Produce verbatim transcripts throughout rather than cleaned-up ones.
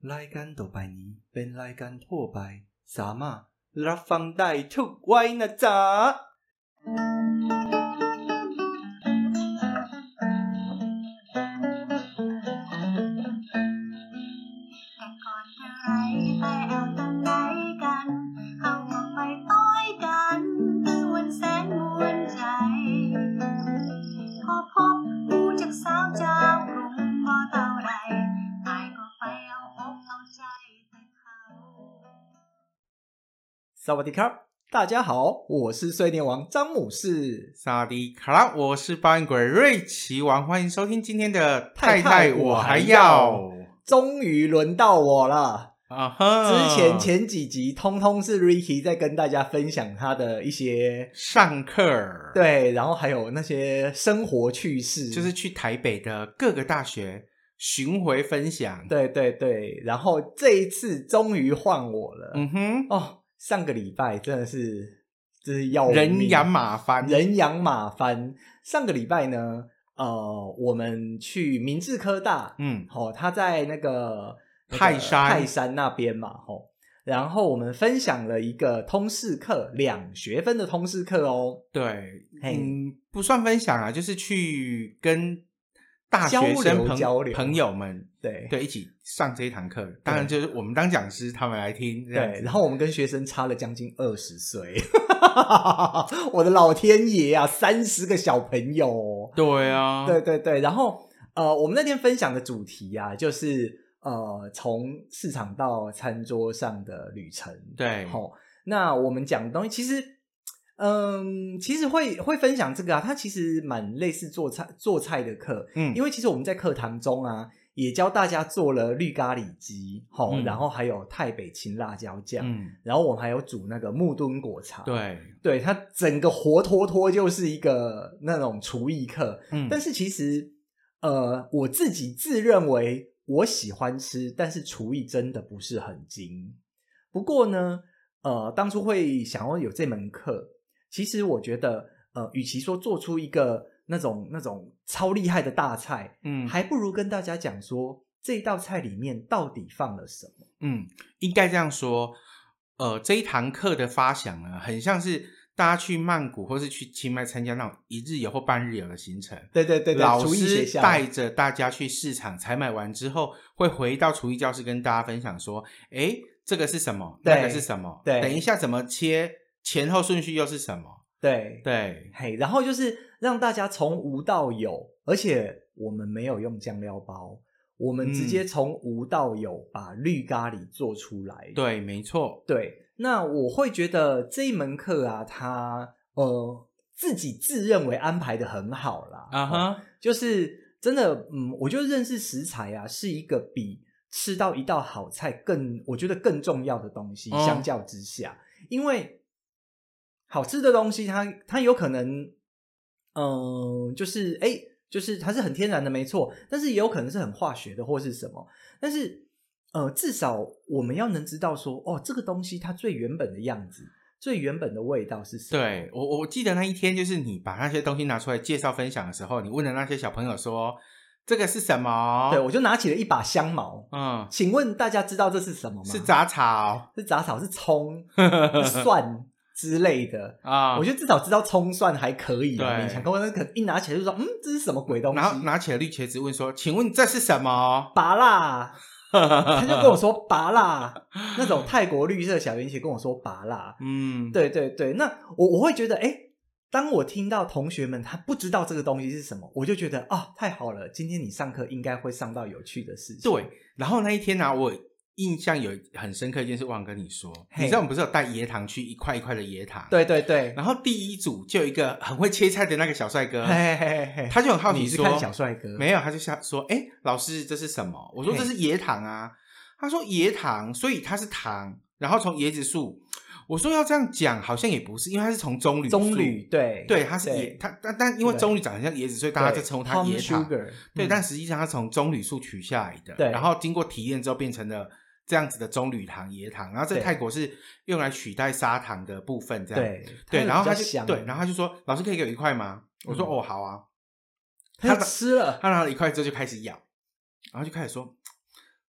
รายการต่อไปนี้เป็นรายการทั่วไปสามารถรับฟังได้ทุกวัยนะจ๊ะสวัสดีครับ大家好，我是碎念王詹姆士。 萨迪卡，我是保险鬼瑞奇王，欢迎收听今天的太太我还要。 终于轮到我了啊哈！ 之前前几集通通是 Ricky 在跟大家分享他的一些上课， 对，然后还有那些生活趣事， 就是去台北的各个大学巡回分享。 对对对，然后这一次终于换我了。 嗯哼， 哦。上个礼拜真的是就是要人仰马翻， 人仰马翻。上个礼拜呢，呃，我们去明志科大，嗯，哦，他在那个泰山泰山那边嘛，哦，然后我们分享了一个通识课，两学分的通识课哦。 对，嗯，不算分享啊，就是去跟大学生朋交流朋友们对对一起上这一堂课，当然就是我们当讲师，他们来听。 对，然后我们跟学生差了将近二十岁，我的老天爷啊，三十个小朋友。 对啊， 对对对，然后呃，我们那天分享的主题啊，就是呃，从市场到餐桌上的旅程。 对， 好、哦，那我们讲的东西其实。嗯，其实会会分享这个啊，它其实蛮类似做菜做菜的课，嗯，因为其实我们在课堂中啊，也教大家做了绿咖喱鸡，齁、嗯，然后还有太北青辣椒酱，嗯，然后我们还有煮那个木墩果茶， 对， 对，它整个活脱脱就是一个那种厨艺课，嗯，但是其实呃，我自己自认为我喜欢吃，但是厨艺真的不是很精。不过呢，呃，当初会想要有这门课。其实我觉得呃，与其说做出一个那种那种超厉害的大菜，嗯，还不如跟大家讲说这一道菜里面到底放了什么。 嗯，应该这样说，呃，这一堂课的发想呢，很像是大家去曼谷或是去清迈参加那种一日游或半日游的行程。 对对对对， 老师带着大家去市场采买完之后，会回到厨艺教室跟大家分享说，诶，这个是什么？那个是什么？对，等一下怎么切？前后顺序又是什么？ 对对， 嘿，然后就是让大家从无到有，而且我们没有用酱料包，我们直接从无到有把绿咖喱做出来。 嗯、对，没错。 对，那我会觉得这一门课啊，它呃自己自认为安排的很好啦。啊哈、uh-huh 哦，就是真的，嗯，我觉得认识食材啊，是一个比吃到一道好菜更，我觉得更重要的东西。Uh-huh. 相较之下，因为好吃的东西它，它它有可能，嗯、呃，就是哎，就是它是很天然的，没错，但是也有可能是很化学的，或是什么。但是，呃，至少我们要能知道说，哦，这个东西它最原本的样子，最原本的味道是什么？ 对，我我记得那一天，就是你把那些东西拿出来介绍分享的时候，你问的那些小朋友说，这个是什么？ 对，我就拿起了一把香茅。嗯，请问大家知道这是什么吗？ 是杂草， 是杂草，是葱，是蒜。之类的啊，我觉得至少知道葱蒜还可以啦，勉强。跟我可能一拿起来就说，嗯，这是什么鬼东西？ 然后拿起了绿茄子问说，请问这是什么？ 芭乐，他就跟我说芭乐，那种泰国绿色小圆茄跟我说芭乐。嗯，对对对，那我我会觉得，哎，当我听到同学们他不知道这个东西是什么，我就觉得啊、哦，太好了，今天你上课应该会上到有趣的事情。 对，然后那一天呢、啊，我印象有很深刻一件事，忘跟你说，你知道我们不是有带椰糖去一块一块的椰糖？ 对对对。 然后第一组就有一个很会切菜的那个小帅哥， 嘿嘿嘿嘿， 他就很好奇说， 你是看小帅哥？ 没有，他就想说，哎，老师这是什么？我说这是椰糖啊。他说椰糖，所以它是糖，然后从椰子树。我说要这样讲好像也不是，因为它是从棕榈树， 棕榈对对，它是椰，它但但因为棕榈长得像椰子，所以大家就称呼它椰糖。对， 对、嗯， 但实际上它从棕榈树取下来的， 对， 然后经过提炼之后变成了这样子的棕榈糖、椰糖，然后在泰国是用来取代砂糖的部分，这样对对，然后他就对，然后他就说：“老师可以给我一块吗？”我说：“嗯、哦，好啊。” 他吃了， 他拿了一块之后就开始咬，然后就开始说：“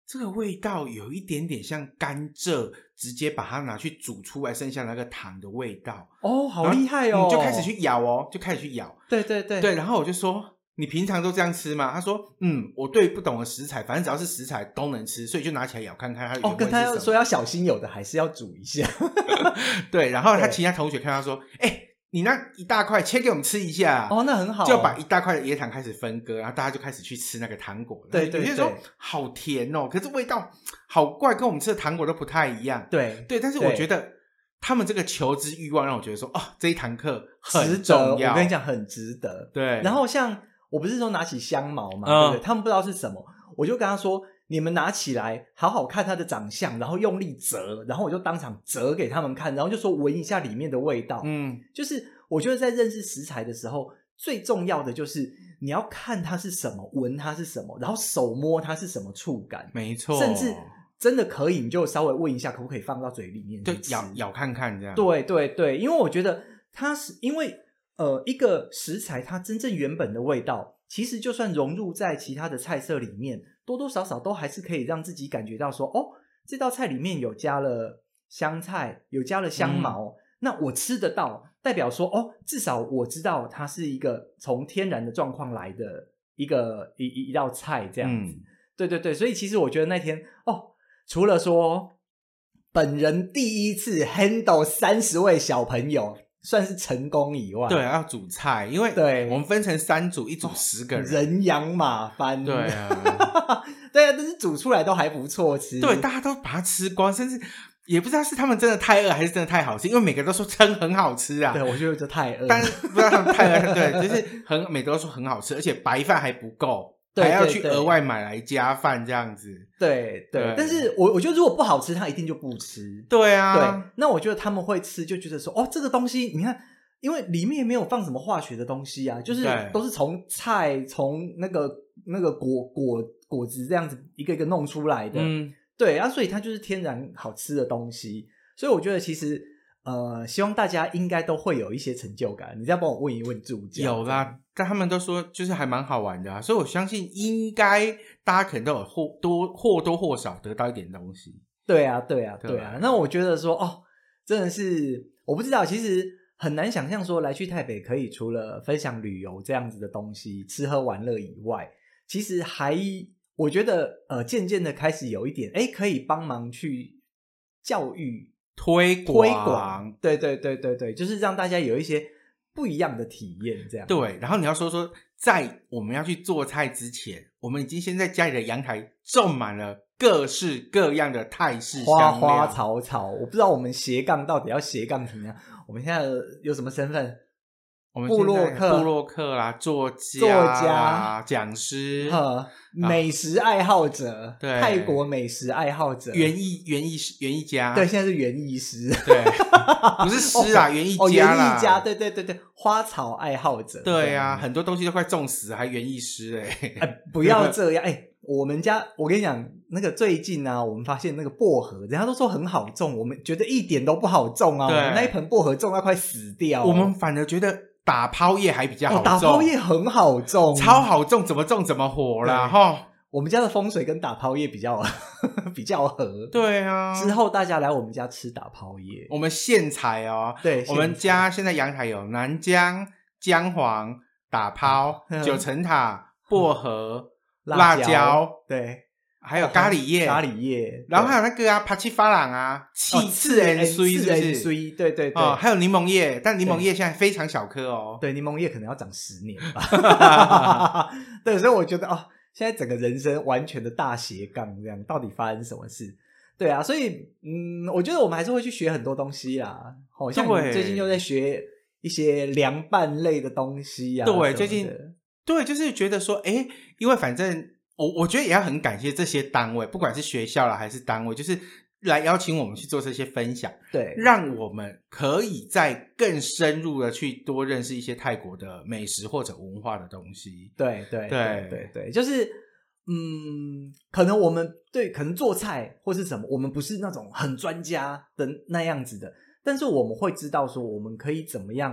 这个味道有一点点像甘蔗直接把它拿去煮出来剩下那个糖的味道。 哦，好厉害哦！ 你就开始去咬哦，就开始去咬。 对对对对，然后我就说你平常都这样吃吗？他说嗯，我对不懂的食材反正只要是食材都能吃，所以就拿起来咬看看它的原味是什么。哦， 跟他说要小心，有的还是要煮一下。 对，然后他其他同学看他说哎、欸你那一大块切给我们吃一下哦，那很好， 就把一大块的椰糖开始分割，然后大家就开始去吃那个糖果。 对对对， 有些说好甜哦，可是味道好怪，跟我们吃的糖果都不太一样。 对对，但是我觉得他们这个求知欲望让我觉得说哦，这一堂课很重要， 我跟你讲很值得。 对， 然后像我不是说拿起香茅嘛、嗯、对不对？他们不知道是什么，我就跟他说你们拿起来好好看它的长相，然后用力折，然后我就当场折给他们看，然后就说闻一下里面的味道。嗯，就是我觉得在认识食材的时候最重要的就是你要看它是什么，闻它是什么，然后手摸它是什么触感。 没错， 甚至真的可以你就稍微问一下可不可以放到嘴里面， 就咬咬看看这样。 对对对，因为我觉得它是因为呃一个食材它真正原本的味道其实就算融入在其他的菜色里面，多多少少都还是可以让自己感觉到说哦，这道菜里面有加了香菜，有加了香茅、嗯、那我吃得到，代表说哦，至少我知道它是一个从天然的状况来的一个 一, 一道菜这样子、嗯、对对对，所以其实我觉得那天哦，除了说本人第一次 handle 三十位小朋友算是成功以外， 对，要煮菜，因为对我们分成三组，一组十个人， 哦、人仰马翻， 对啊， 对啊，但是煮出来都还不错吃， 对，大家都把它吃光，甚至也不知道是他们真的太饿还是真的太好吃，因为每个都说真很好吃啊， 对，我觉得这太饿， 但不知道他们太饿，对，就是很每个都说很好吃，而且白饭还不够。对对对，还要去额外买来加饭这样子， 对 对, 对，但是我我觉得如果不好吃他一定就不吃， 对啊， 对，那我觉得他们会吃就觉得说哦，这个东西你看因为里面也没有放什么化学的东西啊，就是都是从菜从那个那个果果果子这样子一个一个弄出来的，嗯，对啊，所以它就是天然好吃的东西，所以我觉得其实呃，希望大家应该都会有一些成就感，你再帮我问一问助教。 有啦，但他们都说就是还蛮好玩的啊，所以我相信应该大家可能都有或多或多或少得到一点东西。 对啊对啊对啊，那我觉得说哦，真的是我不知道，其实很难想象说来去台北可以除了分享旅游这样子的东西吃喝玩乐以外，其实还我觉得呃渐渐的开始有一点诶可以帮忙去教育推广推广，对对对对对，就是让大家有一些不一样的体验这样。 对，然后你要说说在我们要去做菜之前，我们已经先在家里的阳台种满了各式各样的泰式香料， 花花草草。我不知道我们斜杠到底要斜杠什么样，我们现在有什么身份？ 我们部落客、 部落客啦，作家、 作家、 讲师、 美食爱好者，对，泰国美食爱好者， 园艺、园艺师、园艺家， 对，现在是园艺师， 对，不是师啊，园艺哦， 家啦， 园艺家，对对对对，花草爱好者， 对啊，很多东西都快种死，还园艺师哎、欸欸，不要这样哎、欸，我们家我跟你讲，那个最近啊，我们发现那个薄荷，人家都说很好种，我们觉得一点都不好种啊，我们那一盆薄荷种到快死掉， 我们反而觉得。打抛叶还比较好种、哦、 打抛叶很好种， 超好种，怎么种怎么活啦齁。 我们家的风水跟打抛叶比较比较合。 对啊， 之后大家来我们家吃打抛叶， 我们现采哦。 对， 我们家现在阳台有南姜、姜黄、打抛、嗯、九层塔、薄荷、嗯、辣椒，辣椒对。 还有咖喱叶、 哦、咖喱叶， 然后还有那个啊，帕奇法朗啊，刺人衰是不是？ 对对对， 哦，还有柠檬叶，但柠檬叶现在非常小颗哦。 对，柠檬叶可能要长十年吧。对，所以我觉得哦，现在整个人生完全的大斜杠，这样到底发生什么事？对啊，所以嗯，我觉得我们还是会去学很多东西啦。好像你最近又在学一些凉拌类的东西啊。 对，最近对，就是觉得说，哎，因为反正。我我觉得也要很感谢这些单位，不管是学校啦还是单位，就是来邀请我们去做这些分享， 对， 让我们可以再更深入的去多认识一些泰国的美食或者文化的东西。 对对对对对，就是嗯，可能我们对可能做菜或是什么，我们不是那种很专家的那样子的，但是我们会知道说我们可以怎么样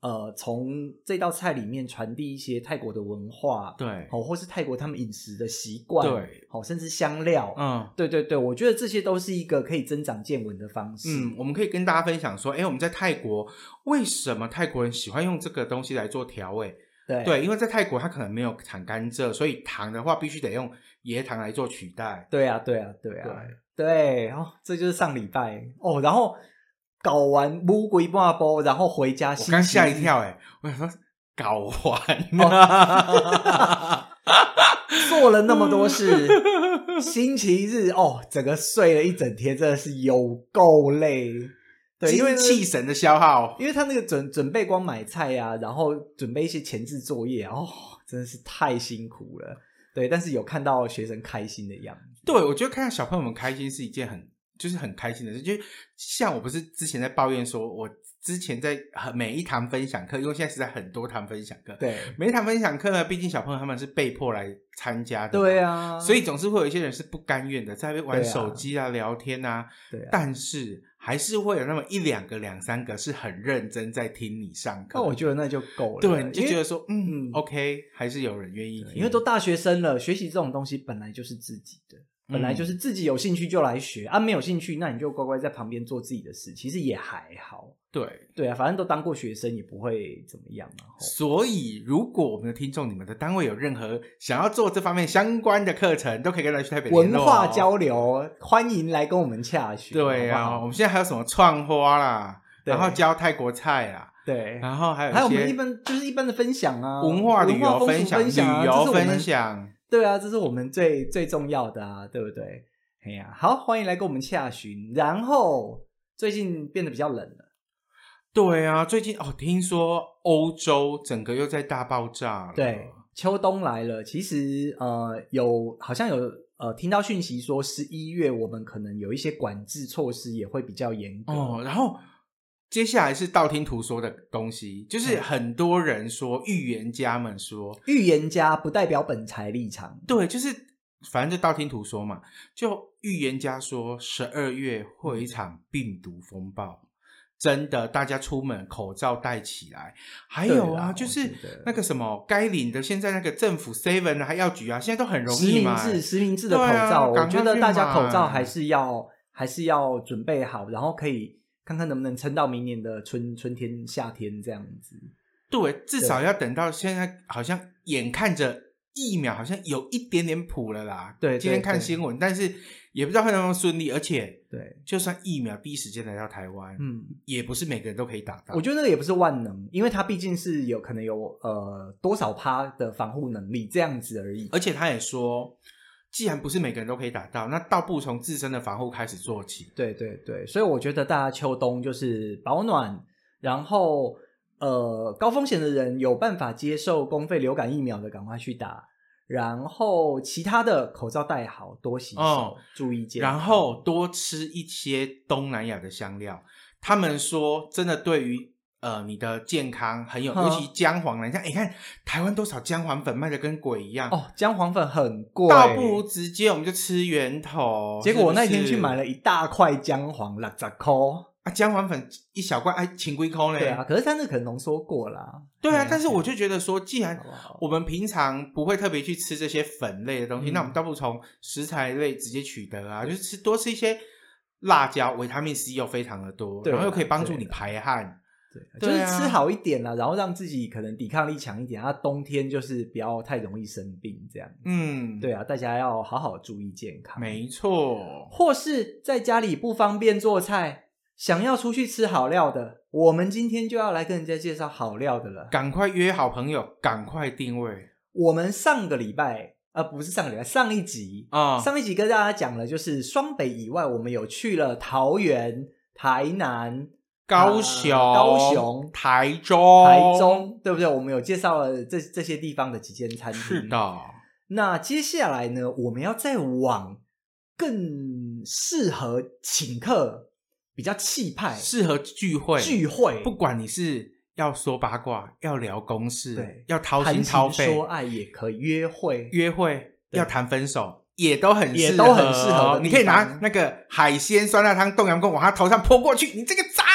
呃，从这道菜里面传递一些泰国的文化， 对， 哦，或是泰国他们饮食的习惯， 对， 哦，甚至香料， 嗯， 对对对，我觉得这些都是一个可以增长见闻的方式。 嗯，我们可以跟大家分享说，哎，我们在泰国为什么泰国人喜欢用这个东西来做调味？ 对对，因为在泰国它可能没有产甘蔗，所以糖的话必须得用椰糖来做取代。 对啊，对啊，对啊，对，对哦，这就是上礼拜哦，然后。搞完乌龟半波，然后回家。 我刚吓一跳哎、欸！我想说搞完了、哦，做了那么多事，星期日哦，整个睡了一整天，真的是有够累。对，因为气神的消耗， 因为他那个准准备光买菜啊，然后准备一些前置作业哦，真的是太辛苦了。对，但是有看到学生开心的样子。 对，我觉得看到小朋友们开心是一件很。就是很开心的事，就像我不是之前在抱怨说，我之前在每一堂分享课，因为现在是在很多堂分享课， 对， 每一堂分享课呢，毕竟小朋友他们是被迫来参加的， 对啊， 所以总是会有一些人是不甘愿的，在那边玩手机啊、聊天啊， 对啊， 但是还是会有那么一两个、两三个是很认真在听你上课， 那我觉得那就够了， 对，你就觉得说，嗯, 嗯 ，OK， 还是有人愿意听， 因为都大学生了，学习这种东西本来就是自己的。本来就是自己有兴趣就来学、嗯、啊，没有兴趣那你就乖乖在旁边做自己的事，其实也还好。 对对啊，反正都当过学生也不会怎么样啊。 所以如果我们的听众你们的单位有任何想要做这方面相关的课程，都可以跟来去台北联络、哦、 文化交流，欢迎来跟我们洽询。 对啊，好好我们现在还有什么创花啦，然后教泰国菜啦， 对， 然后还有一些还有我们一般就是一般的分享啊， 文化旅游分享、 分享、啊、 旅游分享。 对啊，这是我们最最重要的啊，对不对？哎呀，好，欢迎来跟我们洽询。然后最近变得比较冷了。 对啊，最近哦，听说欧洲整个又在大爆炸了。 对，秋冬来了。其实呃，有好像有呃听到讯息说，十一月我们可能有一些管制措施也会比较严格。 哦，然后接下来是道听途说的东西，就是很多人说，预言家们说， 预言家不代表本台立场。 对，就是反正就道听途说嘛。就预言家说，十二月会有一场病毒风暴。真的，大家出门口罩戴起来。还有啊，就是那个什么该领的，现在那个政府 seven 还药局啊，现在都很容易买实名制实名制的口罩、啊、我觉得大家口罩还是要还是要准备好，然后可以看看能不能撑到明年的春春天夏天这样子。 对，至少要等到现在，好像眼看着疫苗好像有一点点谱了啦。 对， 今天看新闻，但是也不知道会那么顺利，而且对， 就算疫苗第一时间来到台湾，嗯，也不是每个人都可以打到。 我觉得那个也不是万能，因为它毕竟是有可能有呃多少趴的防护能力这样子而已。 而且他也说，既然不是每个人都可以打到，那倒不如从自身的防护开始做起。 对对对，所以我觉得大家秋冬就是保暖，然后呃高风险的人有办法接受公费流感疫苗的赶快去打，然后其他的口罩戴好，多洗手、哦、注意健康， 然后多吃一些东南亚的香料。他们说真的对于呃你的健康很有、嗯、尤其姜黄，你看你看台湾多少姜黄粉卖的跟鬼一样哦，姜黄粉很贵， 倒不如直接我们就吃源头。 结果我那天去买了一大块姜黄六十块啊，姜黄粉一小罐，哎，请几块呢？ 对啊，可是它那可能浓缩过啦。 对啊，但是我就觉得说，既然我们平常不会特别去吃这些粉类的东西，嗯、那我们倒不如从食材类直接取得啊，就是吃多吃一些辣椒，维他命 C 又非常的多，然后又可以帮助你排汗。 对，对就是吃好一点啦，然后让自己可能抵抗力强一点。啊，冬天就是不要太容易生病这样。嗯，对啊，大家要好好注意健康。 没错， 或是在家里不方便做菜，想要出去吃好料的，我们今天就要来跟人家介绍好料的了。 赶快约好朋友，赶快定位。 我们上个礼拜呃，不是上个礼拜，上一集啊、哦，上一集跟大家讲了，就是双北以外，我们有去了桃园、台南、 高雄、 呃、高雄、 台中、 台中，对不对？我们有介绍了这这些地方的几间餐厅。 是的。 那接下来呢，我们要再往更适合请客。比较气派， 适合聚会聚会， 不管你是要说八卦，要聊公事，对，要掏心掏肺， 谈情说爱也可以，约会约会要谈分手也都很适合， 也都很适合。 你可以拿那个海鲜酸辣汤、冻阳贡往他头上泼过去，你这个渣男，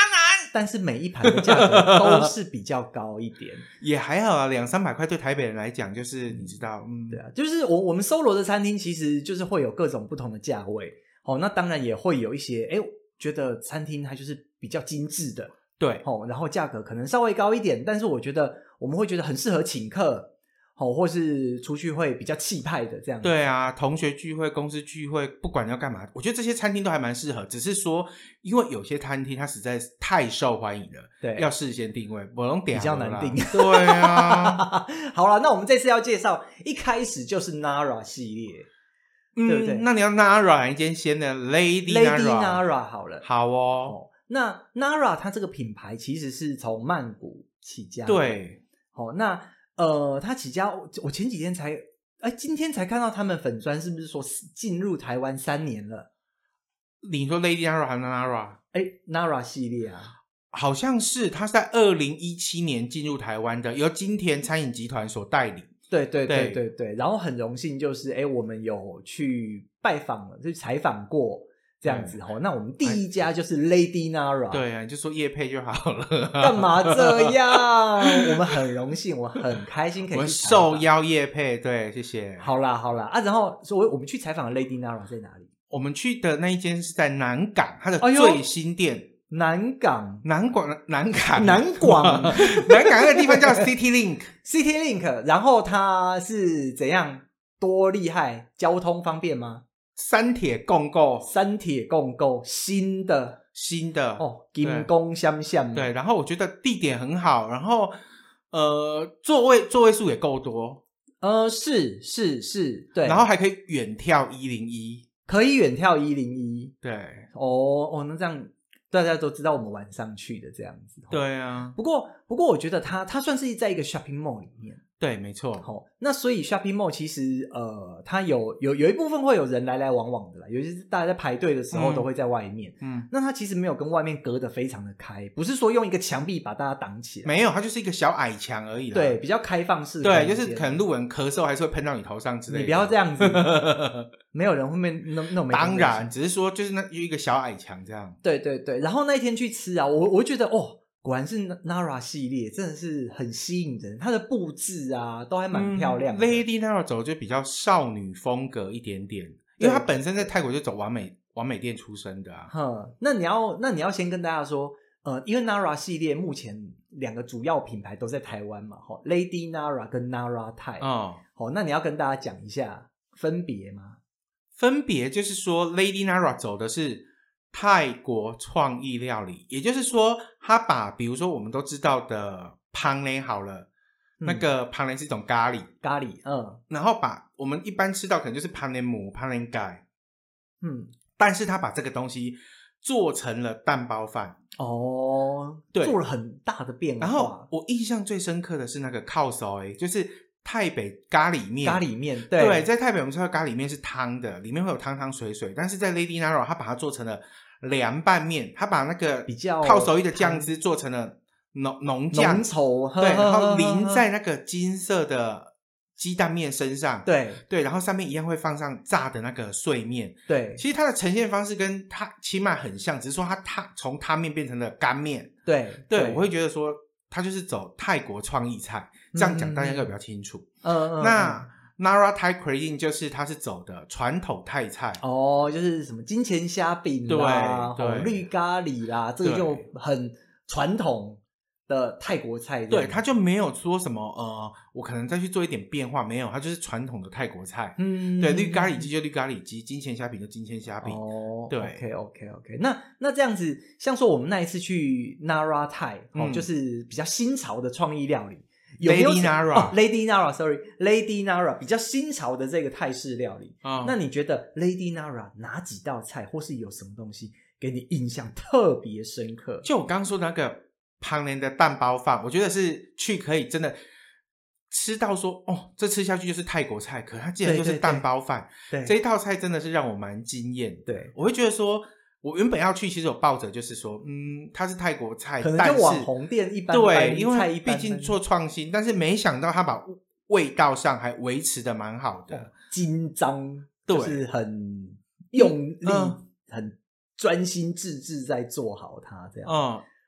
但是每一盘的价格都是比较高一点。 也还好啊，两三百块对台北人来讲就是你知道嗯， 对啊，就是我我们搜罗的餐厅其实就是会有各种不同的价位哦，那当然也会有一些诶觉得餐厅它就是比较精致的， 对哦，然后价格可能稍微高一点，但是我觉得我们会觉得很适合请客哦，或是出去会比较气派的这样子。 对啊，同学聚会公司聚会不管要干嘛，我觉得这些餐厅都还蛮适合，只是说因为有些餐厅它实在太受欢迎了，对，要事先定位不能点， 比较难定。 对啊好啦，那我们这次要介绍一开始就是 Nara 系列， 嗯，对不对？那你要 Nara 哪一间先呢？ Lady Nara Lady Nara 好了。 好哦， 哦那 Nara 它这个品牌其实是从曼谷起家的， 对， 好、哦，那呃，它起家，我前几天才，哎，今天才看到他们粉专是不是说进入台湾三年了？ 你说 Lady Nara 还是 Nara？ 哎 ，Nara 系列啊， 好像是，它是在二零一七年进入台湾的，由金田餐饮集团所代理。 对对对对对，然后很荣幸就是，哎，我们有去拜访了，就采访过。这样子齁，那我们第一家就是 Lady Nara。 对啊，你就说业配就好了。 干嘛这样？我们很荣幸，我很开心可以去。 我们受邀业配，对，谢谢。 好啦好啦啊，然后所以我们去采访的 Lady Nara 在哪里？ 我们去的那一间是在南港，它的最新店。哎、 南港， 南广，南港， 南广， 南港那个地方叫 City Link，City Link， 然后它是怎样多厉害？交通方便吗？ 三铁共构， 三铁共构，新的新的哦，金光相向。 对，然后我觉得地点很好，然后呃，座位座位数也够多， 呃，是是是，对， 然后还可以远眺一零一， 可以远眺一零一， 对， 哦哦，那这样大家都知道我们晚上去的这样子。 对啊， 不过不过我觉得它它算是在一个 shopping mall 里面。 对，没错。 好、哦，那所以 shopping mall 其实呃，它有有有一部分会有人来来往往的啦，尤其是大家在排队的时候都会在外面。嗯，那它其实没有跟外面隔得非常的开，不是说用一个墙壁把大家挡起来， 没有，它就是一个小矮墙而已啦。 对，比较开放式的。 对，就是可能路人咳嗽还是会喷到你头上之类的。 你不要这样子，没有人会面那那种。 当然，只是说就是那一个小矮墙这样。 对对对，然后那一天去吃啊，我我就觉得哦。果然是 Nara 系列，真的是很吸引人，它的布置啊都还蛮漂亮的。 嗯、Lady Nara 走就比较少女风格一点点，因为它本身在泰国就走完美完美店出身的啊。 哼，那你要那你要先跟大家说，呃，因为 Nara 系列目前两个主要品牌都在台湾嘛，齁 ，Lady Nara 跟 Nara Thai。哦，好，那你要跟大家讲一下分别吗？ 分别就是说 Lady Nara 走的是泰国创意料理，也就是说他把比如说我们都知道的胖雷好了、嗯、那个胖雷是一种咖喱咖喱嗯， 然后把我们一般吃到可能就是胖雷母胖雷盖嗯，但是他把这个东西做成了蛋包饭哦，对，做了很大的变化。 然后我印象最深刻的是那个靠手诶，就是台北咖喱面， 咖喱面 对, 对，在台北我们知道咖喱面是汤的，里面会有汤汤水水，但是在 Lady Nara 他把它做成了凉拌面，他把那个比较靠手艺的酱汁做成了浓浓酱， 浓稠， 对，然后淋在那个金色的鸡蛋面身上， 对对，然后上面一样会放上炸的那个碎面， 对， 其实它的呈现方式跟它清迈很像，只是说它它从汤面变成了干面， 对对, 对，我会觉得说它就是走泰国创意菜，这样讲大家应该比较清楚。嗯嗯，那。嗯Nara Thai Cuisine 就是它是走的传统泰菜哦，就是什么金钱虾饼啦，对对、哦，绿咖喱啦，这个就很传统的泰国菜。 对，它就没有说什么呃，我可能再去做一点变化，没有，它就是传统的泰国菜。嗯，对，绿咖喱鸡就绿咖喱鸡，金钱虾饼就金钱虾饼。哦，对 ，OK OK OK， 那那这样子，像说我们那一次去 Nara Thai，、哦嗯、就是比较新潮的创意料理。有没有 Lady Nara、 哦、Lady Nara sorry Lady Nara 比较新潮的这个泰式料理、哦、那你觉得 Lady Nara 哪几道菜或是有什么东西给你印象特别深刻？ 就我刚刚说的那个旁人的蛋包饭，我觉得是去可以真的吃到说哦，这吃下去就是泰国菜，可它竟然就是蛋包饭，对对对，这一道菜真的是让我蛮惊艳。对，我会觉得说我原本要去，其实有抱着就是说，嗯，它是泰国菜， 可能就网红店一般般， 对，因为毕竟做创新，但是没想到它把味道上还维持的蛮好的，哦、 精章，就是很用力、嗯、很专心致志在做好它这样。嗯，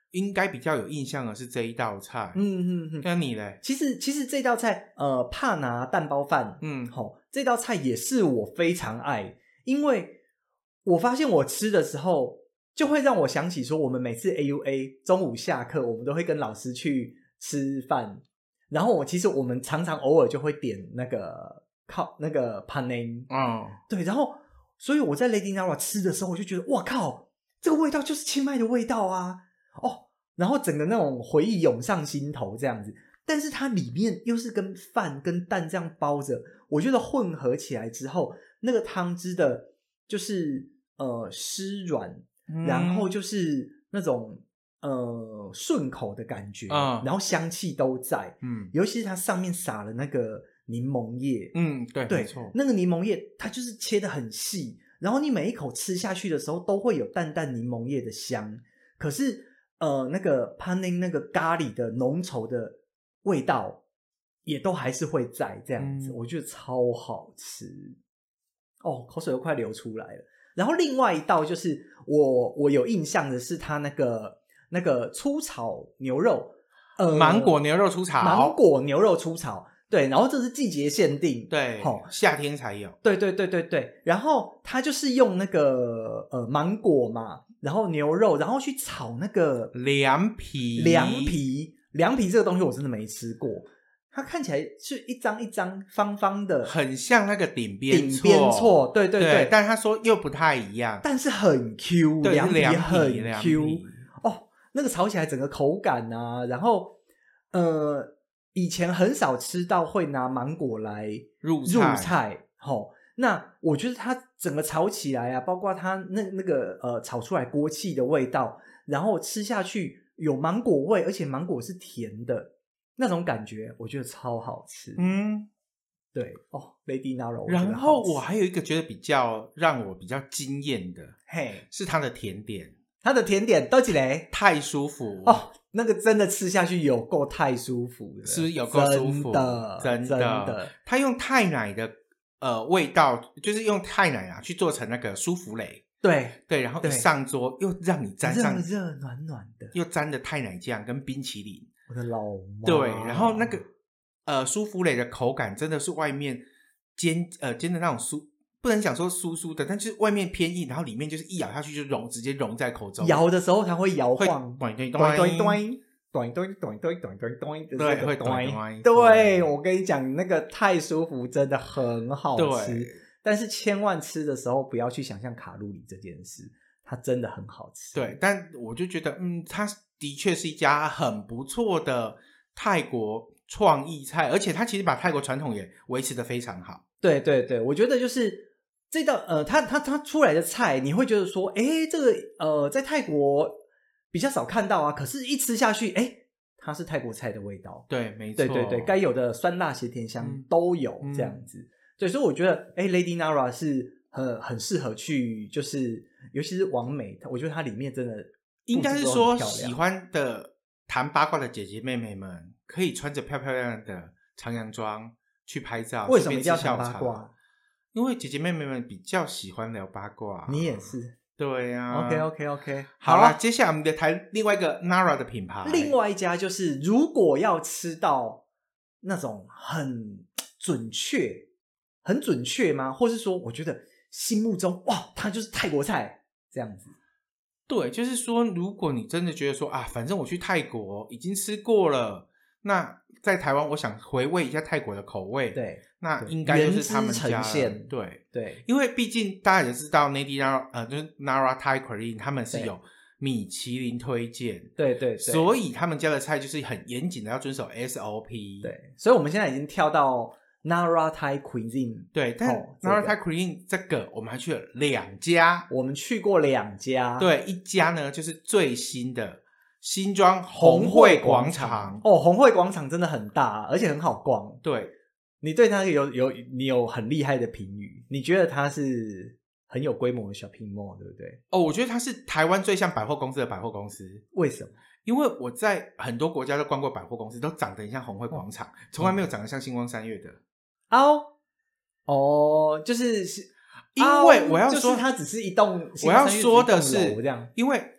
应该比较有印象的是这一道菜。 嗯嗯嗯， 那你嘞？ 其实其实这道菜呃帕拿蛋包饭，嗯，好、哦，这道菜也是我非常爱，因为我发现我吃的时候就会让我想起说，我们每次 A U A 中午下课，我们都会跟老师去吃饭，然后我其实我们常常偶尔就会点那个靠那个 panang， 嗯， 对，然后所以我在 Lady Nara 吃的时候，我就觉得哇靠，这个味道就是清迈的味道啊，哦，然后整个那种回忆涌上心头这样子，但是它里面又是跟饭跟蛋这样包着，我觉得混合起来之后，那个汤汁的就是呃湿软。然后就是那种呃顺口的感觉、嗯、然后香气都在，嗯，尤其是它上面撒了那个柠檬叶， 嗯，对， 对， 没错， 那个柠檬叶它就是切得很细，然后你每一口吃下去的时候都会有淡淡柠檬叶的香，可是呃那个 panang 那个咖喱的浓稠的味道也都还是会在这样子、嗯、我觉得超好吃哦，口水都快流出来了。然后另外一道就是我我有印象的是它那个那个粗炒牛肉，呃， 芒果牛肉粗炒， 芒果牛肉粗炒，对，然后这是季节限定， 对， 齁， 夏天才有， 对对对对对，然后它就是用那个呃芒果嘛，然后牛肉，然后去炒那个凉皮， 凉皮，凉皮这个东西我真的没吃过。它看起来是一张一张方方的， 很像那个顶边错，顶边错，对对 对, 对， 但他说又不太一样， 但是很 Q， 对， 凉皮很 Q， 哦，那个炒起来整个口感啊，然后呃，以前很少吃到会拿芒果来入菜， 入菜，齁，那我觉得它整个炒起来啊，包括它那那个呃炒出来锅气的味道，然后吃下去有芒果味，而且芒果是甜的。那种感觉我觉得超好吃，嗯，对哦 Lady Nara。 然后我还有一个觉得比较让我比较惊艳的， 嘿， 是它的甜点， 它的甜点都几嘞， 太舒服哦，那个真的吃下去有够太舒服的， 是不是有够舒服？ 真的真的， 真的， 它用泰奶的呃味道，就是用泰奶啊去做成那个舒芙蕾， 对对，然后一上桌又让你沾上热热暖暖的， 又沾着泰奶酱跟冰淇淋。 我的老妈， 对，然后那个呃舒芙蕾的口感真的是外面煎呃煎的那种酥，不能讲说酥酥的，但就是外面偏硬，然后里面就是一咬下去就融，直接融在口中。 咬的时候它会摇晃， 短短短短短短短短短短短短， 对，会短短。 对，我跟你讲，那个太舒服，真的很好吃。但是千万吃的时候不要去想象卡路里这件事，它真的很好吃。 对，但我就觉得，嗯，它的确是一家很不错的泰国创意菜，而且它其实把泰国传统也维持得非常好。 对对对，我觉得就是这道呃，它它它出来的菜，你会觉得说，哎，这个呃，在泰国比较少看到啊，可是一吃下去，哎，它是泰国菜的味道。 对，没错， 对对对，该有的酸辣咸甜香都有、嗯、这样子。对，所以我觉得，哎 ，Lady Nara 是很很适合去，就是尤其是网美，我觉得它里面真的应该是说喜欢的谈八卦的姐姐妹妹们，可以穿着漂漂亮亮的长洋装去拍照。 为什么一定要谈八卦？ 因为姐姐妹妹们比较喜欢聊八卦。 你也是。 对啊。 OK OK OK。 好啦，接下来我们得谈另外一个 Nara 的品牌。 另外一家就是，如果要吃到那种很准确。很准确吗？或是说我觉得心目中哇它就是泰国菜这样子。 对，就是说如果你真的觉得说啊反正我去泰国已经吃过了，那在台湾我想回味一下泰国的口味， 对， 那应该就是他们家了。 对对， 因为毕竟大家也知道 Lady Nara 呃就是 Nara Thai Cuisine 他们是有米其林推荐， 对 对, 对， 所以他们家的菜就是很严谨的要遵守 S O P。 对，所以我们现在已经跳到Nara Thai Cuisine。 对，但 Nara Thai Cuisine 这个我们还去了两家， 我们去过两家。 对，一家呢就是最新的新庄红会广场。 哦，红会广场真的很大，而且很好逛。 对， 你对它有有你有很厉害的评语，你觉得它是很有规模的 shopping mall 对不对？ 哦，我觉得它是台湾最像百货公司的百货公司。 为什么？ 因为我在很多国家都逛过百货公司，都长得很像红会广场，从、哦、来没有长得像星光三月的。 哦哦，就是因为我要说、 就是、它只是一栋， 我要说的是，因为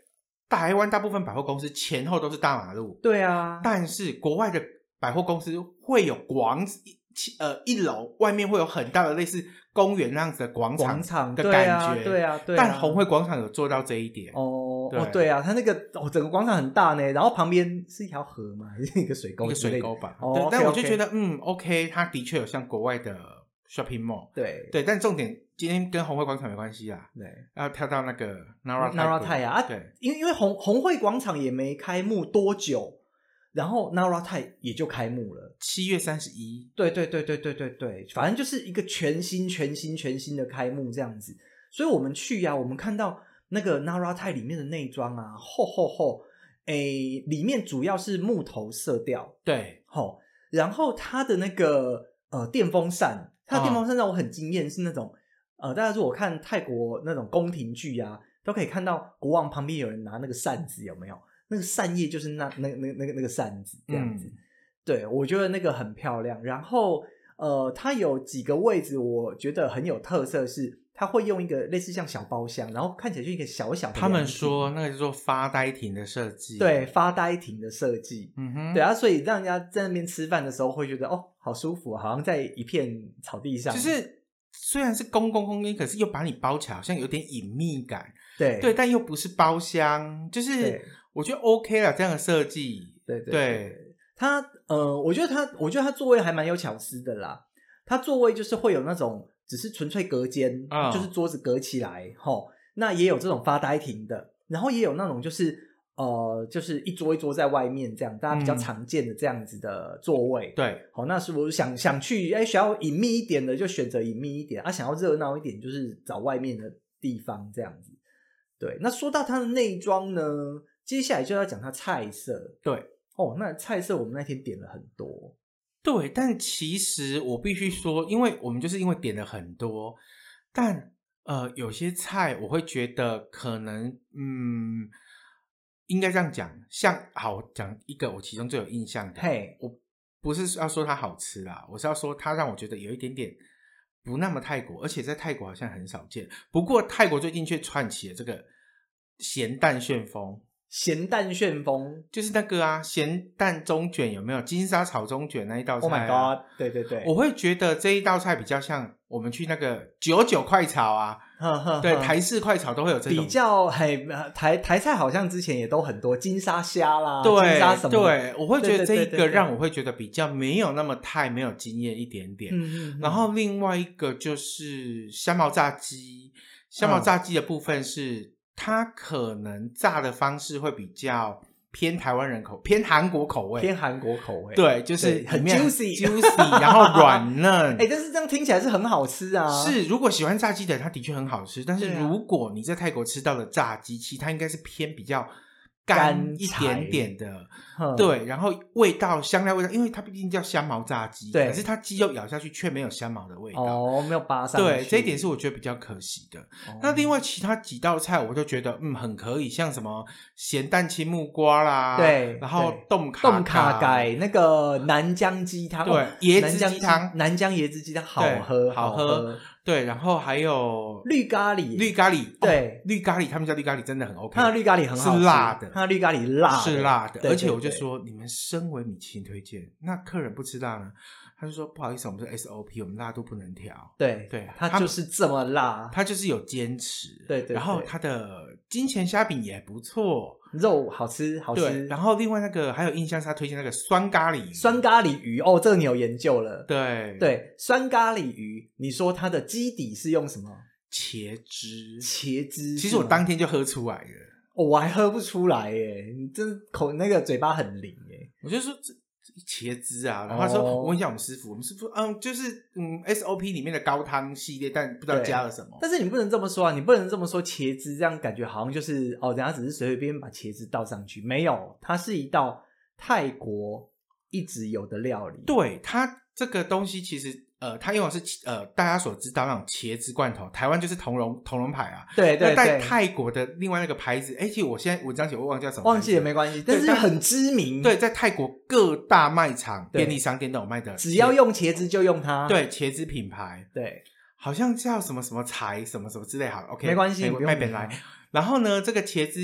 台湾大部分百货公司前后都是大马路， 对啊， 但是国外的百货公司会有广呃一楼外面会有很大的类似公园那样子的广场的感觉， 对啊，对啊，对啊， 但红会广场有做到这一点。 哦，对哦，对啊，它那个哦整个广场很大呢，然后旁边是一条河嘛，还是一个水沟？ 一个水沟吧。 哦， 对， okay, 但我就 okay 觉得嗯 OK， 它的确有像国外的 shopping mall， 对对，但重点今天跟红会广场没关系啦， 对， 要跳到那个 Nara Nara Thai 啊， 对， 因为因为红红会广场也没开幕多久。然后 Nara Thai 也就开幕了， 七月三十一。 对对对对对对对，反正就是一个全新全新全新的开幕这样子。所以我们去啊，我们看到那个 Nara Thai 里面的内装啊，吼吼吼，诶，里面主要是木头色调， 对， 吼，然后它的那个呃电风扇，它的电风扇让我很惊艳，是那种呃，大家如果看泰国那种宫廷剧啊，都可以看到国王旁边有人拿那个扇子，有没有？那个扇叶就是那那那那个那个扇子这样子，嗯、对，我觉得那个很漂亮。然后呃，它有几个位置我觉得很有特色，是它会用一个类似像小包厢，然后看起来就一个小小的。 他们说那个叫做发呆亭的设计， 对，发呆亭的设计， 嗯哼， 对啊，所以让人家在那边吃饭的时候会觉得哦，好舒服，好像在一片草地上， 就是虽然是公共空间，可是又把你包起来，好像有点隐秘感， 对对，但又不是包厢，就是。我觉得 OK 啦，这样的设计， 对对对, 对， 它呃，我觉得它，我觉得它座位还蛮有巧思的啦。它座位就是会有那种只是纯粹隔间，哦、就是桌子隔起来，齁，那也有这种发呆亭的，然后也有那种就是呃，就是一桌一桌在外面这样，大家比较常见的这样子的座位。 嗯、对， 好，那是我想想去，哎，想要隐秘一点的就选择隐秘一点，啊，想要热闹一点就是找外面的地方这样子。对，那说到它的内装呢？接下来就要讲它菜色， 对哦，那菜色我们那天点了很多， 对，但其实我必须说，因为我们就是因为点了很多，但呃，有些菜我会觉得可能，嗯，应该这样讲，像好讲一个我其中最有印象的， 嘿， 我不是要说它好吃啦，我是要说它让我觉得有一点点不那么泰国，而且在泰国好像很少见，不过泰国最近却串起了这个咸蛋旋风。 咸蛋旋风就是那个啊，咸蛋中卷有没有？金沙炒中卷那一道菜、啊、 Oh my god！ 对对对， 我会觉得这一道菜比较像我们去那个九九快炒啊， 呵呵呵， 对，台式快炒都会有这种比较。嘿，台台菜好像之前也都很多金沙虾啦， 对金沙什么的。 对，我会觉得这一个让我会觉得比较没有那么太没有经验一点点。 嗯嗯嗯， 然后另外一个就是香茅炸鸡，香茅炸鸡的部分是。嗯，它可能炸的方式会比较偏台湾人口偏韩国口味， 偏韩国口味， 对，就是很 juicy juicy， 然后软嫩， 哎、欸，但是这样听起来是很好吃啊。 是，如果喜欢炸鸡的人，它的确很好吃。但是如果你在泰国吃到的炸鸡，其实它应该是偏比较干一点点的，对，然后味道香料味道，因为它毕竟叫香茅炸鸡， 对， 可是它鸡肉咬下去却没有香茅的味道， 哦，没有扒上去， 对，这一点是我觉得比较可惜的。哦、那另外其他几道菜，我就觉得嗯很可以，像什么咸蛋青木瓜啦， 对， 然后冻卡冻卡改那个南姜鸡汤， 对，椰子鸡汤， 南姜椰子鸡汤好喝， 好喝。对，然后还有绿咖喱， 绿咖喱， 对， 哦、绿咖喱，他们家绿咖喱真的很 OK， 它的绿咖喱很好吃， 是辣的， 它的绿咖喱辣的， 是辣的， 对对对， 而且我就说，你们身为米其林推荐，那客人不吃辣呢，他就说不好意思，我们是 S O P， 我们辣度不能调， 对对， 它就是这么辣， 它就是有坚持， 对 对, 对， 然后它的金钱虾饼也不错。 肉好吃，好吃。 对，然后另外那个还有印象是他推荐那个酸咖喱鱼， 酸咖喱鱼哦，这个你有研究了。 对对，酸咖喱鱼，你说它的基底是用什么？ 茄汁， 茄汁。 其实我当天就喝出来了， 哦、我还喝不出来耶，你真口那个嘴巴很灵耶。 我就说这。茄汁啊，然后他说、哦、我问一下我们师傅，我们师傅嗯就是嗯 S O P 里面的高汤系列，但不知道加了什么。 但是你不能这么说啊，你不能这么说茄汁，这样感觉好像就是哦，人家只是随随便便把茄汁倒上去，没有，它是一道泰国一直有的料理。 对，它这个东西其实呃，它用的是呃大家所知道那种茄汁罐头，台湾就是同荣同荣牌啊。 对对对。 那在泰国的另外那个牌子，哎，其实我现在文章写我忘记叫什么， 忘记也没关系，但是很知名。 对，在泰国各大卖场、便利商店都有卖的， 只要用茄汁就用它。 对，茄汁品牌， 对， 好像叫什么什么财什么什么之类，好 ，OK， 没关系， 卖本来。然后呢，这个茄汁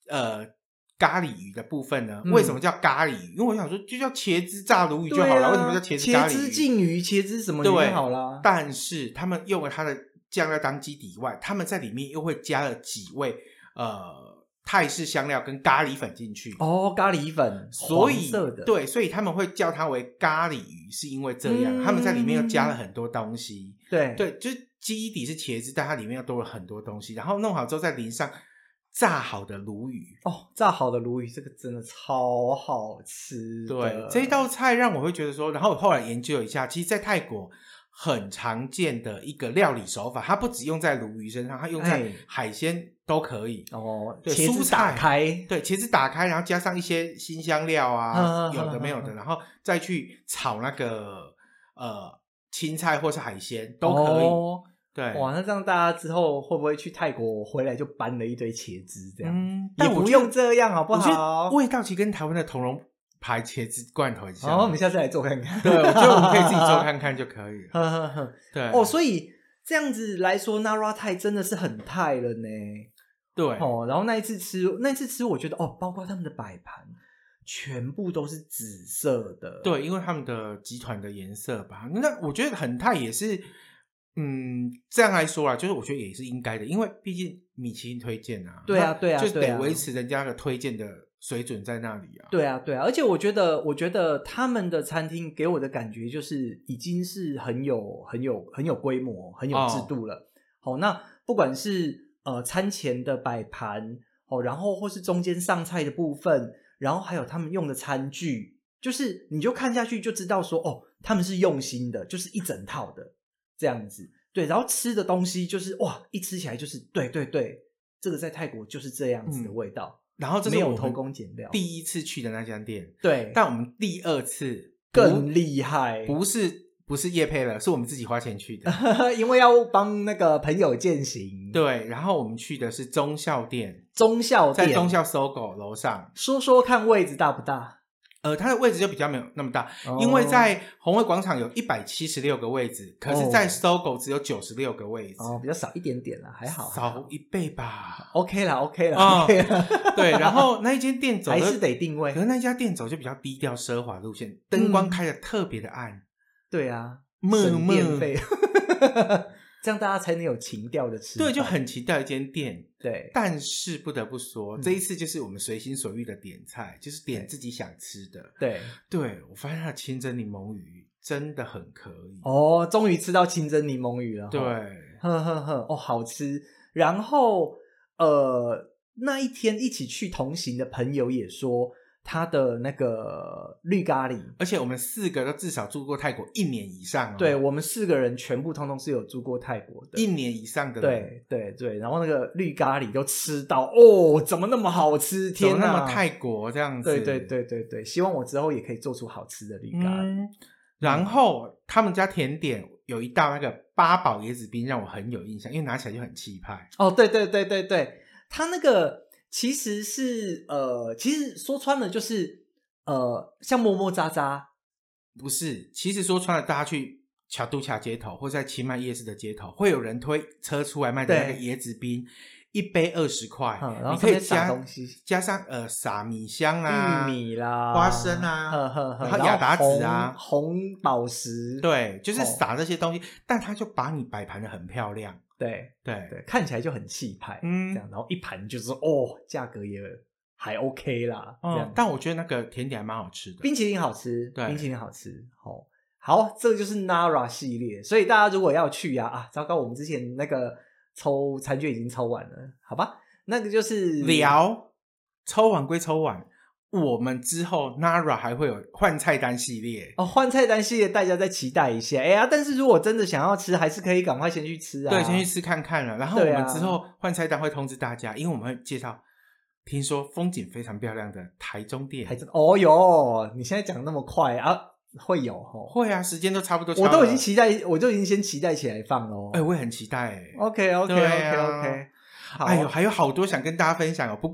呃咖喱鱼的部分呢、嗯、为什么叫咖喱鱼？因为我想说就叫茄子炸鲈鱼就好了、啊、为什么叫茄子咖喱鱼？ 茄子净鱼茄子什么鱼就好啦。 但是他们用了它的酱料当基底以外，他们在里面又会加了几味呃泰式香料跟咖喱粉进去。 哦，咖喱粉， 所以黄色的， 对，所以他们会叫它为咖喱鱼，是因为这样、嗯、他们在里面又加了很多东西。 对对，就是基底是茄子，但它里面又多了很多东西，然后弄好之后再淋上炸好的鲈鱼。 哦，炸好的鲈鱼这个真的超好吃的。 对，这一道菜让我会觉得说，然后我后来研究一下，其实在泰国很常见的一个料理手法，它不只用在鲈鱼身上，它用在海鲜都可以。 哦， 对， 茄子打开， 对，茄子打开，然后加上一些辛香料啊，有的没有的，然后再去炒那个呃青菜或是海鲜都可以。哦，对， 哇，那这样大家之后会不会去泰国回来就搬了一堆茄子这样？ 嗯， 但也不用这样好不好？ 我觉得味道其实跟台湾的铜锣牌茄子罐头很像。 哦，我们下次来做看看。 对，我觉得我们可以自己做看看就可以了。对， 哦，所以这样子来说 Nara Thai 真的是很泰了呢。 对， 哦，然后那一次吃那一次吃我觉得哦，包括他们的摆盘全部都是紫色的。 对，因为他们的集团的颜色吧。那我觉得很泰也是嗯，这样来说啦，就是我觉得也是应该的，因为毕竟米其林推荐啊。 对啊对啊， 就得维持人家的推荐的水准在那里啊。 对啊对啊，而且我觉得我觉得他们的餐厅给我的感觉就是已经是很有很有很有规模很有制度了。好、哦哦，那不管是呃餐前的摆盘哦，然后或是中间上菜的部分，然后还有他们用的餐具，就是你就看下去就知道说哦，他们是用心的，就是一整套的这样子。对，然后吃的东西就是哇，一吃起来就是对对对，这个在泰国就是这样子的味道。嗯， 然后这是没有偷工减料。 第一次去的那家店， 对， 但我们第二次更厉害， 不是不是业配了，是我们自己花钱去的， 因为要帮那个朋友践行。 对，然后我们去的是忠孝店， 忠孝店在忠孝 S O G O 楼上。 说说看位置大不大？ 呃，它的位置就比较没有那么大，哦，因为在宏伟广场有一百七十六个位置，可是在 S O G O 只有九十六个位置。 哦，比较少一点点啦，还好， 少一倍吧。 OK 啦 OK 啦， 哦 ，OK 啦对，然后那一间店走还是得定位， 可是那家店走就比较低调奢华路线，灯光开得特别的暗。嗯， 对啊， 省电费这样大家才能有情调的吃。 对，就很期待一间店。 对， 但是不得不说，嗯，这一次就是我们随心所欲的点菜，就是点自己想吃的。 对， 对，我发现它的清蒸柠檬鱼真的很可以。 哦，终于吃到清蒸柠檬鱼了。 对， 呵呵呵，哦，好吃。然后呃，那一天一起去同行的朋友也说，他的那个绿咖喱， 而且我们四个都至少住过泰国一年以上。哦， 对，我们四个人全部通通是有住过泰国的， 一年以上的人。 对对对，然后那个绿咖喱都吃到哦，怎么那么好吃？天哪， 怎么那么泰国这样子？ 对对对对对，希望我之后也可以做出好吃的绿咖喱。 嗯，然后他们家甜点有一道那个八宝椰子冰让我很有印象，因为拿起来就很气派。 哦，对对对对对，他那个其实是呃，其实说穿了就是呃，像么么喳喳。 不是，其实说穿了，大家去乔都卡街头或在清迈夜市的街头，会有人推车出来卖的那个椰子冰，一杯二十块， 嗯，然后你可以加东西， 加上呃撒米香啊、 玉米啦、 花生啊， 呵呵呵然后亚达子啊、 红, 红宝石， 对，就是撒这些东西，哦，但他就把你摆盘得很漂亮。 对对对，看起来就很气派， 嗯， 这样，然后一盘就是哦，价格也还 OK 啦， 嗯， 这样。 但我觉得那个甜点还蛮好吃的， 冰淇淋好吃， 对， 冰淇淋好吃。好，好，这个就是 Nara 系列，所以大家如果要去啊啊，糟糕，我们之前那个抽餐券已经抽完了，好吧？那个就是聊抽完归抽完。我们之后 Nara 还会有换菜单系列哦，换菜单系列大家再期待一下。哎呀，但是如果真的想要吃，还是可以赶快先去吃啊。 对，先去吃看看了。然后我们之后换菜单会通知大家，因为我们会介绍听说风景非常漂亮的台中店。 台中，哦哟，你现在讲那么快啊？会有齁？ 会啊，时间都差不多。 我都已经期待，我就已经先期待起来放咯。 哎、欸，我也很期待。 OK OK OK OK。 哎呦，还有好多想跟大家分享哦。不过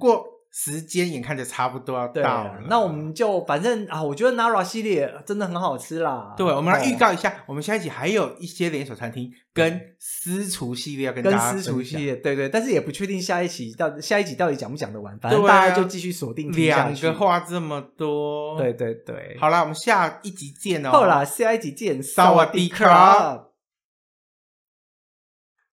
时间眼看着差不多要到了， 那我们就反正啊，我觉得 Nara 系列真的很好吃啦。 对，我们来预告一下，哦、我们下一集还有一些连锁餐厅跟私厨系列要跟大家分享。 跟私厨系列，对对，但是也不确定下一期到下一集到底讲不讲得完，反正大家就继续锁定听下去。 两个话这么多， 对对对。 好啦，我们下一集见哦。 好啦，下一集见， 萨瓦迪卡。